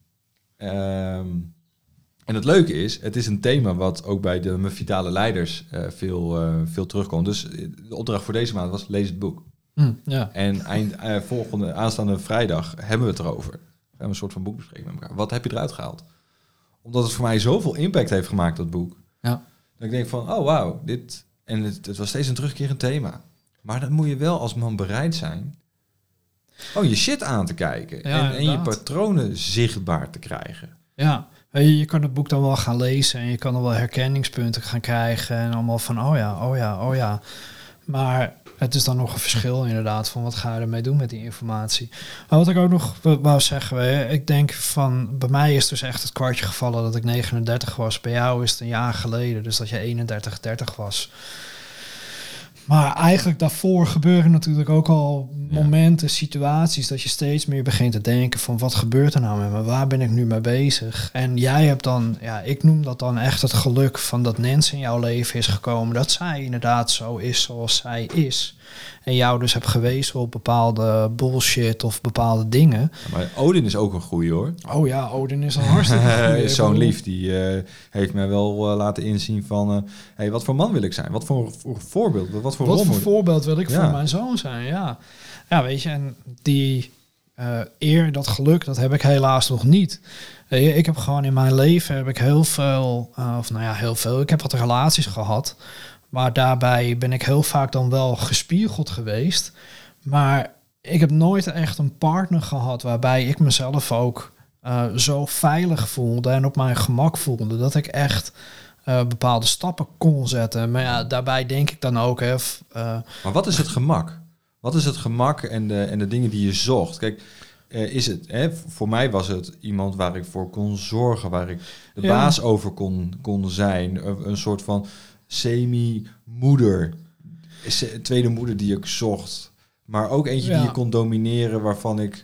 En het leuke is, het is een thema wat ook bij de vitale leiders veel terugkomt. Dus de opdracht voor deze maand was, lees het boek. Ja. En aanstaande vrijdag hebben we het erover. We hebben een soort van boekbespreking met elkaar. Wat heb je eruit gehaald? Omdat het voor mij zoveel impact heeft gemaakt, dat boek. Ja. Dat ik denk van, oh wauw, dit... En het was steeds een terugkerend thema. Maar dan moet je wel als man bereid zijn je shit aan te kijken. Ja, en je patronen zichtbaar te krijgen. Ja, je kan het boek dan wel gaan lezen en je kan er wel herkenningspunten gaan krijgen en allemaal van oh ja. Maar het is dan nog een verschil inderdaad van wat ga je ermee doen met die informatie. Maar wat ik ook nog wou zeggen, ik denk van bij mij is dus echt het kwartje gevallen dat ik 39 was. Bij jou is het een jaar geleden, dus dat je 31, 30 was. Maar eigenlijk daarvoor gebeuren natuurlijk ook al momenten, situaties dat je steeds meer begint te denken van wat gebeurt er nou met me? Waar ben ik nu mee bezig? En jij hebt dan, ik noem dat dan echt het geluk van dat Nancy in jouw leven is gekomen. Dat zij inderdaad zo is zoals zij is. En jou dus hebt gewezen op bepaalde bullshit of bepaalde dingen. Ja, maar Odin is ook een goeie hoor. Oh ja, Odin is een hartstikke goeie. Zo'n lief, die heeft mij wel laten inzien van... wat voor man wil ik zijn? Wat voor voorbeeld? Wat voor voorbeeld wil ik voor mijn zoon zijn? Ja, weet je, en die eer, dat geluk, dat heb ik helaas nog niet. Ik heb gewoon in mijn leven heel veel... Ik heb wat relaties gehad... Maar daarbij ben ik heel vaak dan wel gespiegeld geweest. Maar ik heb nooit echt een partner gehad waarbij ik mezelf ook zo veilig voelde en op mijn gemak voelde. Dat ik echt bepaalde stappen kon zetten. Maar ja, daarbij denk ik dan ook... Maar wat is het gemak? Wat is het gemak en de dingen die je zocht? Kijk, voor mij was het iemand waar ik voor kon zorgen. Waar ik de baas over kon zijn. Een soort van... semi-moeder, tweede moeder die ik zocht, maar ook eentje die je kon domineren, waarvan ik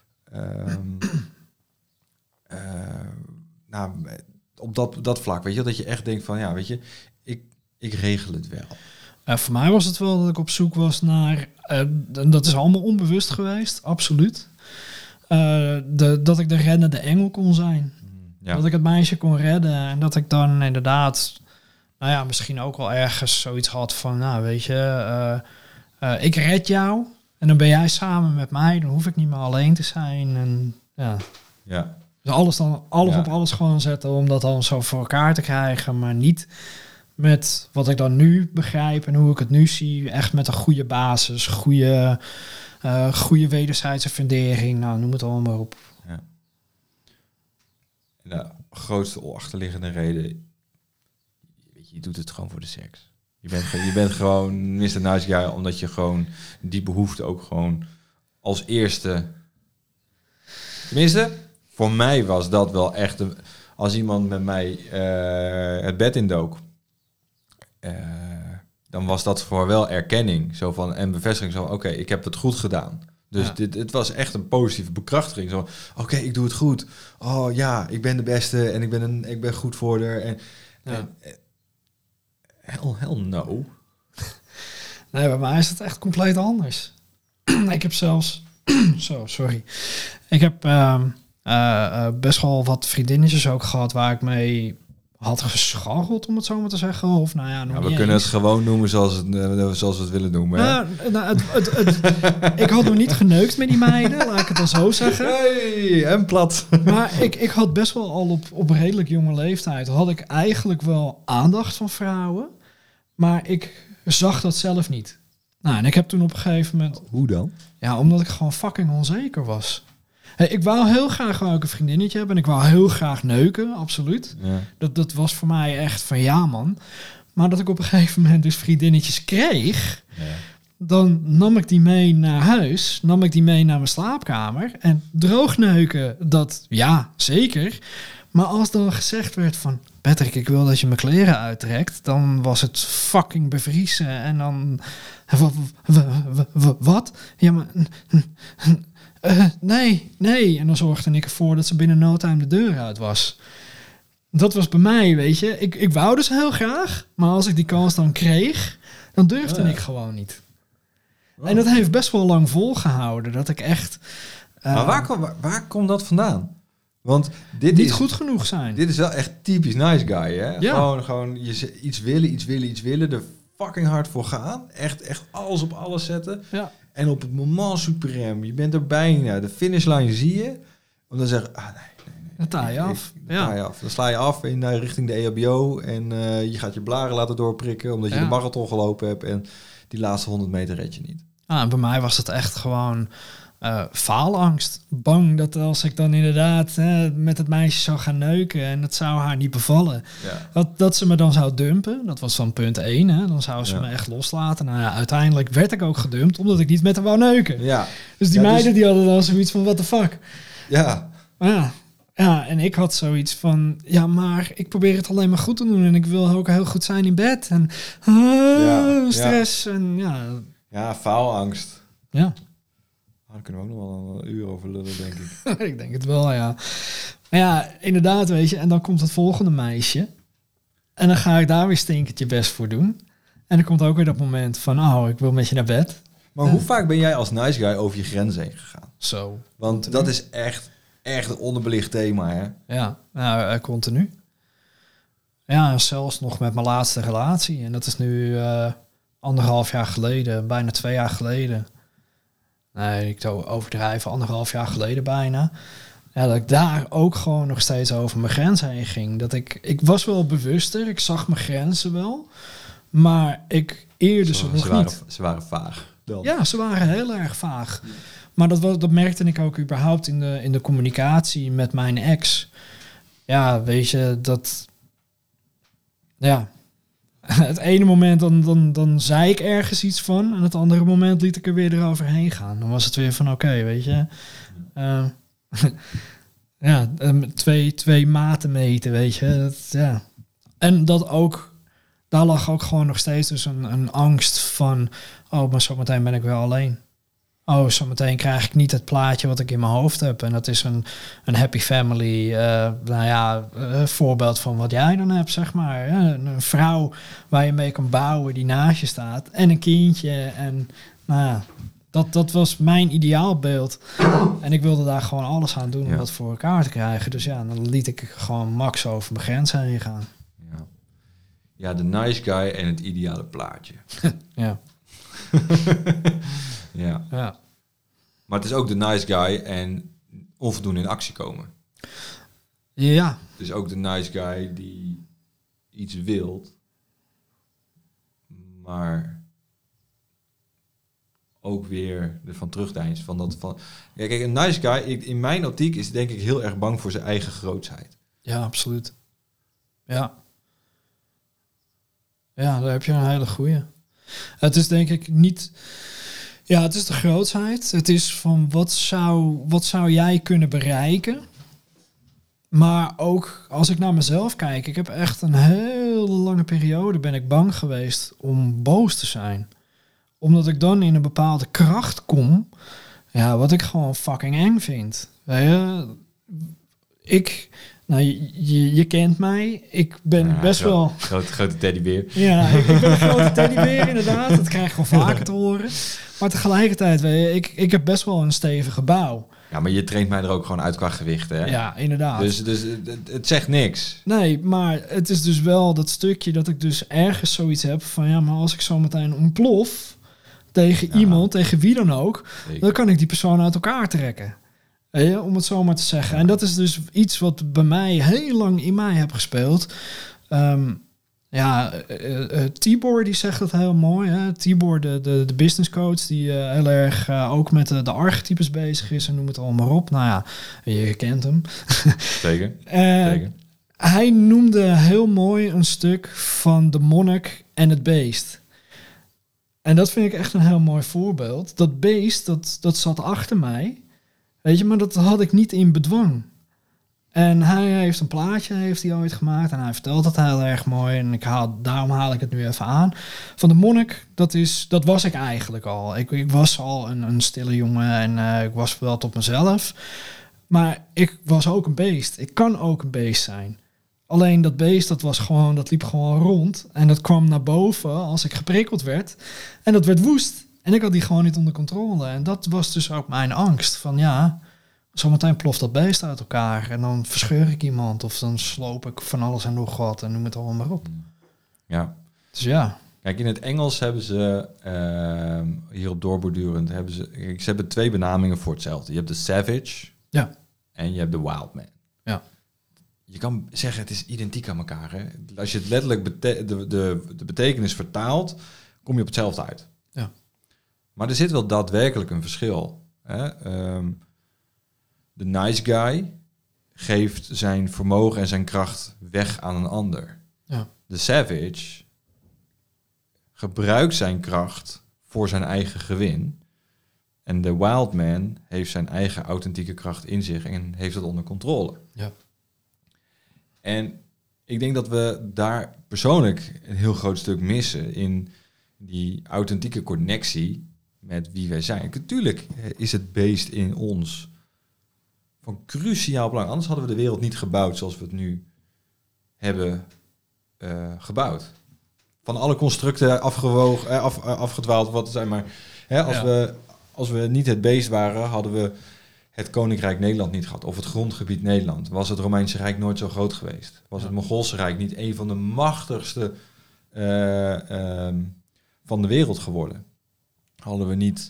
op dat vlak, weet je, dat je echt denkt van, weet je, ik regel het wel. Voor mij was het wel dat ik op zoek was naar, dat is allemaal onbewust geweest, absoluut, dat ik de reddende engel kon zijn. Ja. Dat ik het meisje kon redden en dat ik dan inderdaad... misschien ook wel ergens zoiets had van, weet je, ik red jou en dan ben jij samen met mij, dan hoef ik niet meer alleen te zijn. En dus alles op alles gewoon zetten om dat dan zo voor elkaar te krijgen, maar niet met wat ik dan nu begrijp en hoe ik het nu zie, echt met een goede basis, goede wederzijdse fundering, noem het allemaal maar op. Ja. En de grootste achterliggende reden... Je doet het gewoon voor de seks. Je bent gewoon Mr. Nice Guy, omdat je gewoon die behoefte ook gewoon als eerste... Tenminste, voor mij was dat wel echt... Als iemand met mij het bed indook... dan was dat voor wel erkenning. Zo van, en bevestiging zo, oké, ik heb het goed gedaan. Dus het was echt een positieve bekrachtiging. Zo, oké, ik doe het goed. Oh ja, ik ben de beste en ik ben goed voor haar. En hell no. Nee, bij mij is het echt compleet anders. Ik heb zelfs... Ik heb best wel wat vriendinnetjes ook gehad waar ik mee had gescharreld, om het zo maar te zeggen. Of we kunnen het gewoon noemen zoals we het willen noemen. Ik had nog niet geneukt met die meiden, laat ik het dan zo zeggen. Hey, en plat. Maar ik had best wel al op redelijk jonge leeftijd... had ik eigenlijk wel aandacht van vrouwen... maar ik zag dat zelf niet. En ik heb toen op een gegeven moment... Hoe dan? Ja, omdat ik gewoon fucking onzeker was. Ik wou heel graag ook een vriendinnetje hebben... en ik wou heel graag neuken, absoluut. Ja. Dat was voor mij echt van ja, man. Maar dat ik op een gegeven moment dus vriendinnetjes kreeg... dan nam ik die mee naar huis. Nam ik die mee naar mijn slaapkamer. En droogneuken, dat ja, zeker. Maar als dan gezegd werd van... Patrick, ik wil dat je mijn kleren uittrekt. Dan was het fucking bevriezen. En dan... Wat? Ja, maar... Nee. En dan zorgde ik ervoor dat ze binnen no time de deur uit was. Dat was bij mij, weet je. Ik wou dus heel graag. Maar als ik die kans dan kreeg... dan durfde ik gewoon niet. En dat heeft best wel lang volgehouden. Dat ik echt... maar waar komt dat vandaan? Want dit niet is goed genoeg zijn. Dit is wel echt typisch nice guy, hè? Ja. Gewoon iets willen, er fucking hard voor gaan. Echt alles op alles zetten. Ja. En op het moment suprem, je bent er bijna. De finishlijn zie je. En dan zeggen, nee. Dan taai je af. Dan sla je af richting de EHBO. En je gaat je blaren laten doorprikken, omdat je de marathon gelopen hebt. En die laatste 100 meter red je niet. En bij mij was het echt gewoon... faalangst. Bang dat als ik dan inderdaad met het meisje zou gaan neuken en het zou haar niet bevallen, dat ze me dan zou dumpen. Dat was dan punt 1. Hè? Dan zou ze me echt loslaten. Nou ja, uiteindelijk werd ik ook gedumpt omdat ik niet met haar wou neuken. Ja. Dus die meiden die hadden dan zoiets van, what the fuck? Ja. Ja, en ik had zoiets van, ja, maar ik probeer het alleen maar goed te doen en ik wil ook heel goed zijn in bed. En stress en ja. Ja, faalangst. Ja. Daar kunnen we ook nog wel een uur over lullen, denk ik. Ik denk het wel, ja. Maar ja, inderdaad, weet je. En dan komt het volgende meisje. En dan ga ik daar weer stinkertje best voor doen. En dan komt ook weer dat moment van... ik wil met je naar bed. Maar hoe vaak ben jij als nice guy over je grens heen gegaan? Zo. Want continu. Dat is echt een onderbelicht thema, hè? Ja, nou, continu. Ja, zelfs nog met mijn laatste relatie. En dat is nu 1,5 jaar geleden. Bijna 2 jaar geleden. Nee, ik zou overdrijven, 1,5 jaar geleden bijna. Ja, dat ik daar ook gewoon nog steeds over mijn grenzen heen ging. Dat ik was wel bewuster, ik zag mijn grenzen wel. Maar ik eerde ze nog niet. Ze waren vaag. Dan. Ja, ze waren heel erg vaag. Maar dat merkte ik ook überhaupt in de communicatie met mijn ex. Ja, weet je, dat... Ja... Het ene moment dan zei ik ergens iets van... en het andere moment liet ik er weer eroverheen gaan. Dan was het weer van oké, weet je... twee maten meten, weet je. Dat. En dat ook... Daar lag ook gewoon nog steeds dus een angst van... maar zometeen ben ik wel alleen. Zometeen krijg ik niet het plaatje wat ik in mijn hoofd heb. En dat is een happy family. Voorbeeld van wat jij dan hebt, zeg maar. Een vrouw waar je mee kan bouwen die naast je staat. En een kindje. En dat was mijn ideaalbeeld. En ik wilde daar gewoon alles aan doen om dat voor elkaar te krijgen. Dus dan liet ik gewoon max over mijn grenzen heen gaan. Ja, de nice guy en het ideale plaatje. Ja. Ja. Maar het is ook de nice guy en onvoldoende in actie komen. Ja. Het is ook de nice guy die iets wilt, maar ook weer ervan terugdeinst. Kijk, een nice guy, in mijn optiek, is denk ik heel erg bang voor zijn eigen grootsheid. Ja, absoluut. Ja. Ja, daar heb je een hele goeie. Het is denk ik niet... Ja, het is de grootsheid. Het is van wat zou jij kunnen bereiken? Maar ook als ik naar mezelf kijk... Ik heb echt een hele lange periode ben ik bang geweest om boos te zijn. Omdat ik dan in een bepaalde kracht kom... Ja, wat ik gewoon fucking eng vind. Je kent mij. Ik ben best wel... Grote teddybeer. Ja, ik ben een grote teddybeer inderdaad. Dat krijg ik gewoon vaker te horen. Maar tegelijkertijd, ik heb best wel een stevige bouw. Ja, maar je traint mij er ook gewoon uit qua gewicht, hè? Ja, inderdaad. Dus het zegt niks. Nee, maar het is dus wel dat stukje dat ik dus ergens zoiets heb van... maar als ik zo meteen ontplof tegen iemand, tegen wie dan ook... dan kan ik die persoon uit elkaar trekken. Om het zo maar te zeggen. En dat is dus iets wat bij mij heel lang in mij heb gespeeld. Tibor die zegt dat heel mooi. Hè? Tibor, de business coach, die heel erg ook met de archetypes bezig is en noem het allemaal op. Nou ja, je kent hem. Zeker. Hij noemde heel mooi een stuk van de monnik en het beest. En dat vind ik echt een heel mooi voorbeeld. Dat beest, dat zat achter mij. Weet je, maar dat had ik niet in bedwang. En hij heeft een plaatje heeft hij ooit gemaakt. En hij vertelt dat heel erg mooi. En daarom haal ik het nu even aan. Van de monnik, dat was ik eigenlijk al. Ik was al een stille jongen en ik was wel tot mezelf. Maar ik was ook een beest. Ik kan ook een beest zijn. Alleen dat beest, dat liep gewoon rond. En dat kwam naar boven als ik geprikkeld werd. En dat werd woest. En ik had die gewoon niet onder controle. En dat was dus ook mijn angst. Van ja, zometeen ploft dat beest uit elkaar. En dan verscheur ik iemand. Of dan sloop ik van alles en nog wat. En noem het allemaal maar op. Ja. Dus ja. Kijk, in het Engels hebben ze, hierop doorbordurend, ze hebben 2 benamingen voor hetzelfde. Je hebt de savage en je hebt de wild man. Ja. Je kan zeggen, het is identiek aan elkaar. Hè? Als je het letterlijk de betekenis vertaalt, kom je op hetzelfde uit. Ja. Maar er zit wel daadwerkelijk een verschil. Hè? De nice guy geeft zijn vermogen en zijn kracht weg aan een ander. Ja. De savage gebruikt zijn kracht voor zijn eigen gewin. En de wild man heeft zijn eigen authentieke kracht in zich en heeft het onder controle. Ja. En ik denk dat we daar persoonlijk een heel groot stuk missen in die authentieke connectie met wie wij zijn. Natuurlijk is het beest in ons van cruciaal belang. Anders hadden we de wereld niet gebouwd zoals we het nu hebben gebouwd. Van alle constructen afgedwaald wat het zijn. Maar als we niet het beest waren, hadden we het Koninkrijk Nederland niet gehad. Of het grondgebied Nederland. Was het Romeinse Rijk nooit zo groot geweest. Was het Mongoolse Rijk niet een van de machtigste van de wereld geworden. Hadden we niet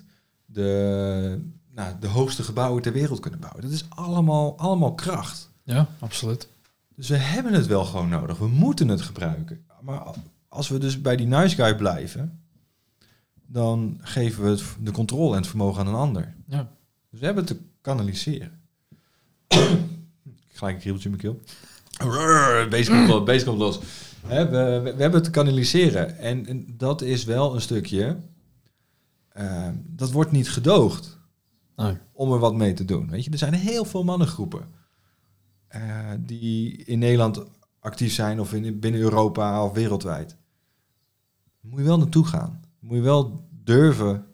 de hoogste gebouwen ter wereld kunnen bouwen. Dat is allemaal kracht. Ja, absoluut. Dus we hebben het wel gewoon nodig. We moeten het gebruiken. Maar als we dus bij die nice guy blijven, dan geven we de controle en het vermogen aan een ander. Ja. Dus we hebben het te kanaliseren. Gelijk een kriebeltje in mijn keel. Beest komt los. We hebben het te kanaliseren. En dat is wel een stukje, dat wordt niet gedoogd. Nee. Om er wat mee te doen. Weet je, er zijn heel veel mannengroepen die in Nederland actief zijn of binnen Europa of wereldwijd. Moet je wel naartoe gaan. Moet je wel durven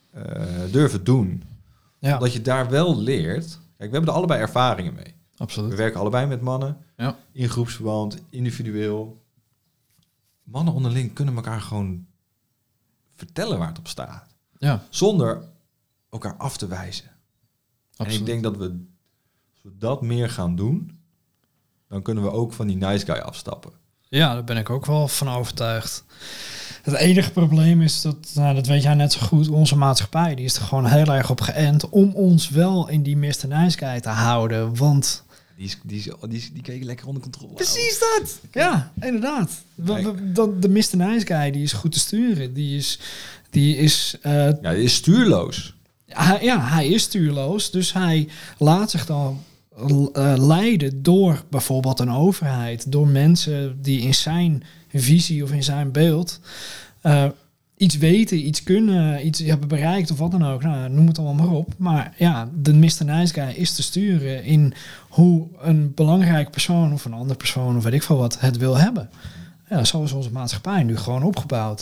doen. Ja. Omdat je daar wel leert. Kijk, we hebben er allebei ervaringen mee. Absoluut. We werken allebei met mannen. Ja. In groepsverband, individueel. Mannen onderling kunnen elkaar gewoon vertellen waar het op staat. Ja. Zonder elkaar af te wijzen. Absoluut. En ik denk dat als we dat meer gaan doen, dan kunnen we ook van die nice guy afstappen. Ja, daar ben ik ook wel van overtuigd. Het enige probleem is dat weet jij net zo goed, onze maatschappij die is er gewoon heel erg op geënt om ons wel in die Mr. Nice Guy te houden, want die keken lekker onder controle. Precies dat! Ja, inderdaad. De Mr. Nice Guy die is goed te sturen. Die is stuurloos. Hij is stuurloos, dus hij laat zich dan leiden door bijvoorbeeld een overheid, door mensen die in zijn visie of in zijn beeld iets weten, iets kunnen, iets hebben bereikt of wat dan ook. Nou, noem het allemaal maar op. Maar ja, de Mr. Nice Guy is te sturen in hoe een belangrijk persoon of een ander persoon of weet ik veel wat het wil hebben. Ja, zo is onze maatschappij nu gewoon opgebouwd.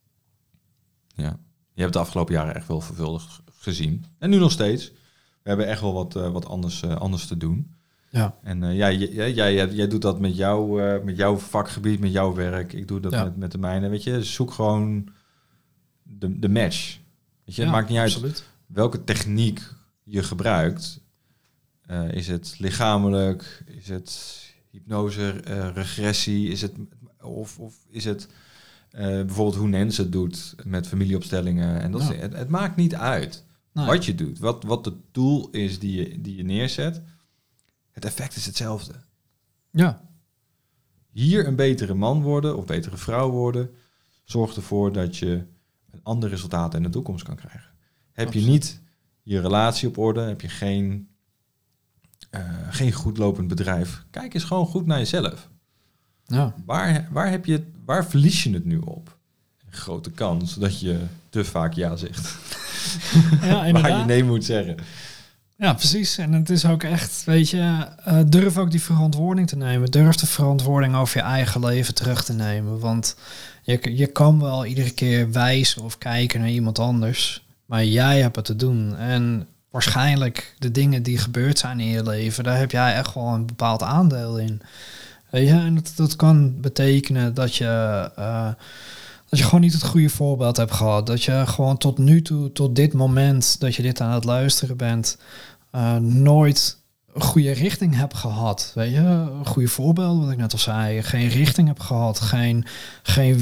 Ja, je hebt de afgelopen jaren echt wel veelvuldig gezien. En nu nog steeds. We hebben echt wel wat anders te doen. Ja. En jij doet dat met jouw vakgebied, met jouw werk. Ik doe dat met de mijne. Weet je, zoek gewoon de match. Weet je, het maakt niet uit welke techniek je gebruikt. Is het lichamelijk? Is het hypnose, regressie? Is het of is het bijvoorbeeld hoe Nancy het doet met familieopstellingen? En dat het maakt niet uit wat je doet. Wat de tool is die je neerzet. Het effect is hetzelfde. Ja. Hier een betere man worden of betere vrouw worden zorgt ervoor dat je een ander resultaat in de toekomst kan krijgen. Heb je niet je relatie op orde, heb je geen goed lopend bedrijf, kijk eens gewoon goed naar jezelf. Ja. Waar verlies je het nu op? grote kans dat je te vaak ja zegt. Ja, inderdaad. Waar je nee moet zeggen. Ja, precies. En het is ook echt, weet je, durf ook die verantwoording te nemen. Durf de verantwoording over je eigen leven terug te nemen. Want je kan wel iedere keer wijzen of kijken naar iemand anders. Maar jij hebt het te doen. En waarschijnlijk de dingen die gebeurd zijn in je leven, daar heb jij echt wel een bepaald aandeel in. Weet je, en dat kan betekenen dat je gewoon niet het goede voorbeeld hebt gehad. Dat je gewoon tot nu toe, tot dit moment dat je dit aan het luisteren bent, nooit een goede richting hebt gehad. Weet je, een goede voorbeeld, wat ik net al zei. Geen richting hebt gehad. Geen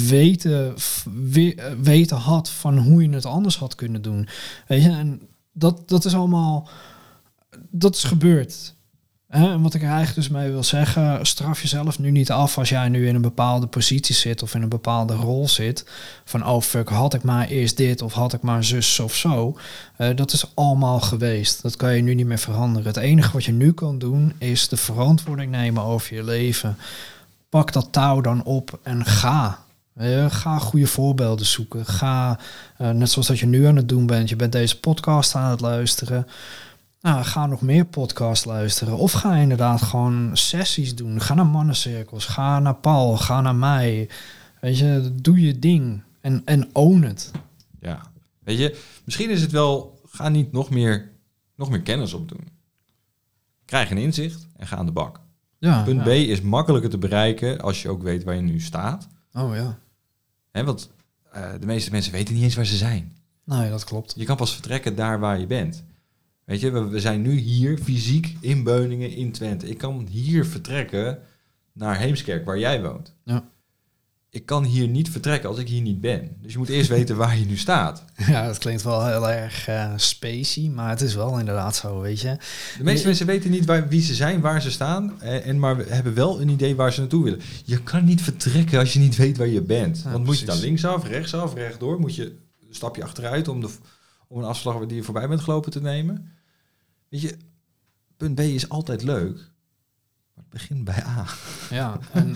weten had van hoe je het anders had kunnen doen. Weet je, en dat is allemaal, dat is gebeurd. En wat ik er eigenlijk dus mee wil zeggen, straf jezelf nu niet af als jij nu in een bepaalde positie zit of in een bepaalde rol zit. Van oh fuck, had ik maar eerst dit of had ik maar zus of zo. Dat is allemaal geweest. Dat kan je nu niet meer veranderen. Het enige wat je nu kan doen is de verantwoording nemen over je leven. Pak dat touw dan op en ga. Ga goede voorbeelden zoeken. Ga, net zoals dat je nu aan het doen bent. Je bent deze podcast aan het luisteren. Nou, ga nog meer podcasts luisteren. Of ga inderdaad gewoon sessies doen. Ga naar mannencirkels. Ga naar Paul. Ga naar mij. Weet je, doe je ding. En own het. Ja. Weet je, misschien is het wel, ga niet nog meer kennis opdoen. Krijg een inzicht en ga aan de bak. Ja, Punt B is makkelijker te bereiken als je ook weet waar je nu staat. Oh ja. Want de meeste mensen weten niet eens waar ze zijn. Nee, dat klopt. Je kan pas vertrekken daar waar je bent. Weet je, we zijn nu hier fysiek in Beuningen, in Twente. Ik kan hier vertrekken naar Heemskerk, waar jij woont. Ja. Ik kan hier niet vertrekken als ik hier niet ben. Dus je moet eerst weten waar je nu staat. Ja, dat klinkt wel heel erg spacey, maar het is wel inderdaad zo, weet je. De meeste mensen weten niet wie ze zijn, waar ze staan, maar we hebben wel een idee waar ze naartoe willen. Je kan niet vertrekken als je niet weet waar je bent. Ja, Want precies. moet je dan linksaf, rechtsaf, rechtdoor, moet je een stapje achteruit om een afslag die je voorbij bent gelopen te nemen. Weet je, punt B is altijd leuk, maar het begint bij A. Ja, en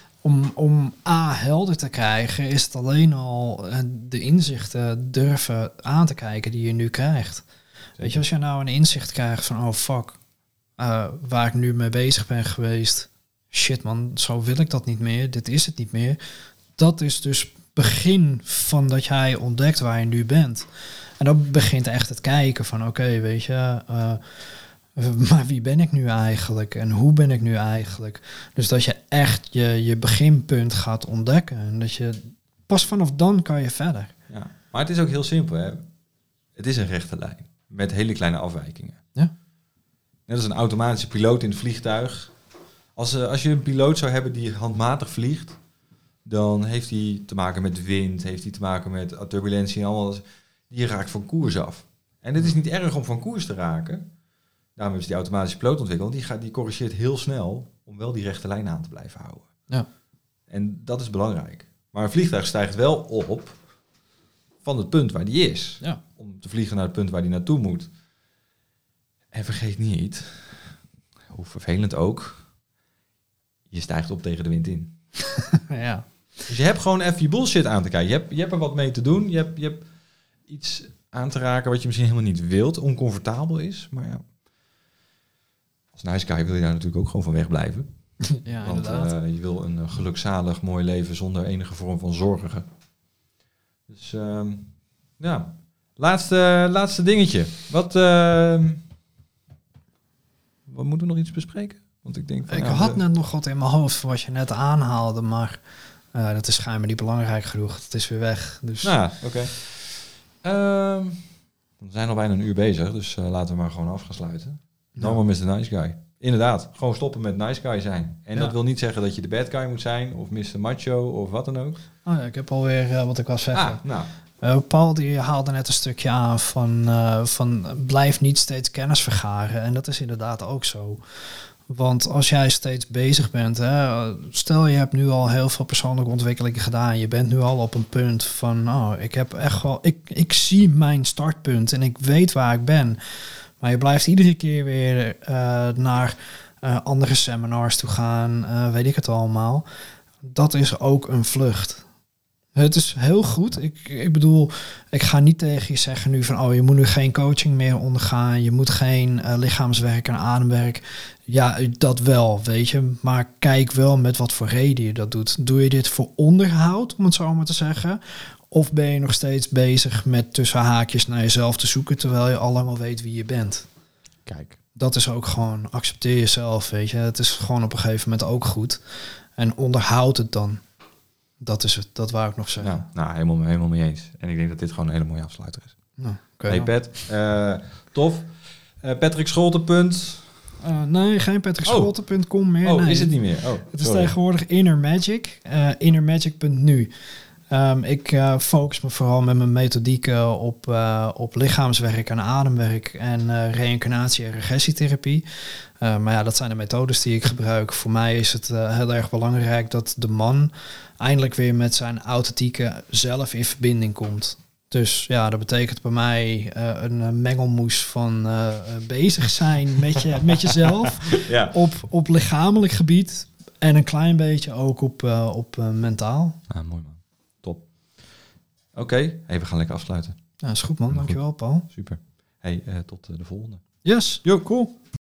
om A helder te krijgen, is het alleen al de inzichten durven aan te kijken die je nu krijgt. Weet je, als je nou een inzicht krijgt van, oh fuck, waar ik nu mee bezig ben geweest, shit man, zo wil ik dat niet meer, dit is het niet meer. Dat is dus begin van dat jij ontdekt waar je nu bent. En dan begint echt het kijken van, oké, weet je, maar wie ben ik nu eigenlijk en hoe ben ik nu eigenlijk? Dus dat je echt je beginpunt gaat ontdekken en dat je pas vanaf dan kan je verder. Ja, maar het is ook heel simpel, hè. Het is een rechte lijn met hele kleine afwijkingen. Ja. Net als een automatische piloot in het vliegtuig. Als je een piloot zou hebben die handmatig vliegt, dan heeft hij te maken met wind, heeft hij te maken met turbulentie en allemaal. Die raakt van koers af. En het is niet erg om van koers te raken. Daarom is die automatische piloot ontwikkeld. Die corrigeert heel snel om wel die rechte lijn aan te blijven houden. Ja. En dat is belangrijk. Maar een vliegtuig stijgt wel op van het punt waar die is. Ja. Om te vliegen naar het punt waar die naartoe moet. En vergeet niet, hoe vervelend ook, je stijgt op tegen de wind in. Ja. Dus je hebt gewoon even je bullshit aan te kijken. Je hebt er wat mee te doen. Je hebt iets aan te raken wat je misschien helemaal niet wilt, oncomfortabel is. Maar ja, als nice guy wil je daar natuurlijk ook gewoon van wegblijven. Ja, Want inderdaad. je wil een gelukzalig, mooi leven zonder enige vorm van zorgen. Dus ja, laatste dingetje. Wat moeten we nog iets bespreken? Want ik denk van, Ik had net nog wat in mijn hoofd wat je net aanhaalde, maar dat is schijnbaar niet belangrijk genoeg. Het is weer weg. Dus Nou, oké. We zijn al bijna een uur bezig, dus laten we maar gewoon af gaan sluiten. No more Mr. Nice Guy. Inderdaad, gewoon stoppen met nice guy zijn. En dat wil niet zeggen dat je de bad guy moet zijn, of Mr. Macho, of wat dan ook. Oh ja, ik heb alweer wat ik wil zeggen. Nou. Paul die haalde net een stukje aan van blijf niet steeds kennis vergaren. En dat is inderdaad ook zo. Want als jij steeds bezig bent, stel je hebt nu al heel veel persoonlijke ontwikkelingen gedaan. Je bent nu al op een punt van, ik heb echt wel, ik zie mijn startpunt en ik weet waar ik ben. Maar je blijft iedere keer weer naar andere seminars toe gaan, weet ik het allemaal. Dat is ook een vlucht. Het is heel goed. Ik bedoel, ik ga niet tegen je zeggen nu van... oh, je moet nu geen coaching meer ondergaan. Je moet geen lichaamswerk en ademwerk. Ja, dat wel, weet je. Maar kijk wel met wat voor reden je dat doet. Doe je dit voor onderhoud, om het zo maar te zeggen? Of ben je nog steeds bezig met tussen haakjes naar jezelf te zoeken... terwijl je allemaal weet wie je bent? Kijk. Dat is ook gewoon, accepteer jezelf, weet je. Het is gewoon op een gegeven moment ook goed. En onderhoud het dan. Dat is het, dat wou ik nog zeggen. Nou, helemaal mee eens. En ik denk dat dit gewoon een hele mooie afsluiter is. Nou, Hey Pat, tof. Patrick Scholten, punt. Nee, geen patrickscholte.com meer. Oh, nee. is het niet meer? Oh, het is tegenwoordig Inner Magic. Innermagic.nu. Ik focus me vooral met mijn methodieken op lichaamswerk en ademwerk en reïncarnatie en regressietherapie. Maar ja, dat zijn de methodes die ik gebruik. Voor mij is het heel erg belangrijk dat de man eindelijk weer met zijn authentieke zelf in verbinding komt. Dus ja, dat betekent bij mij een mengelmoes van bezig zijn met jezelf op lichamelijk gebied en een klein beetje ook op mentaal. Ah, mooi man. Top. Oké, we gaan lekker afsluiten. Ja, is goed man. Dankjewel Paul. Super. Hey, tot de volgende. Yes, cool.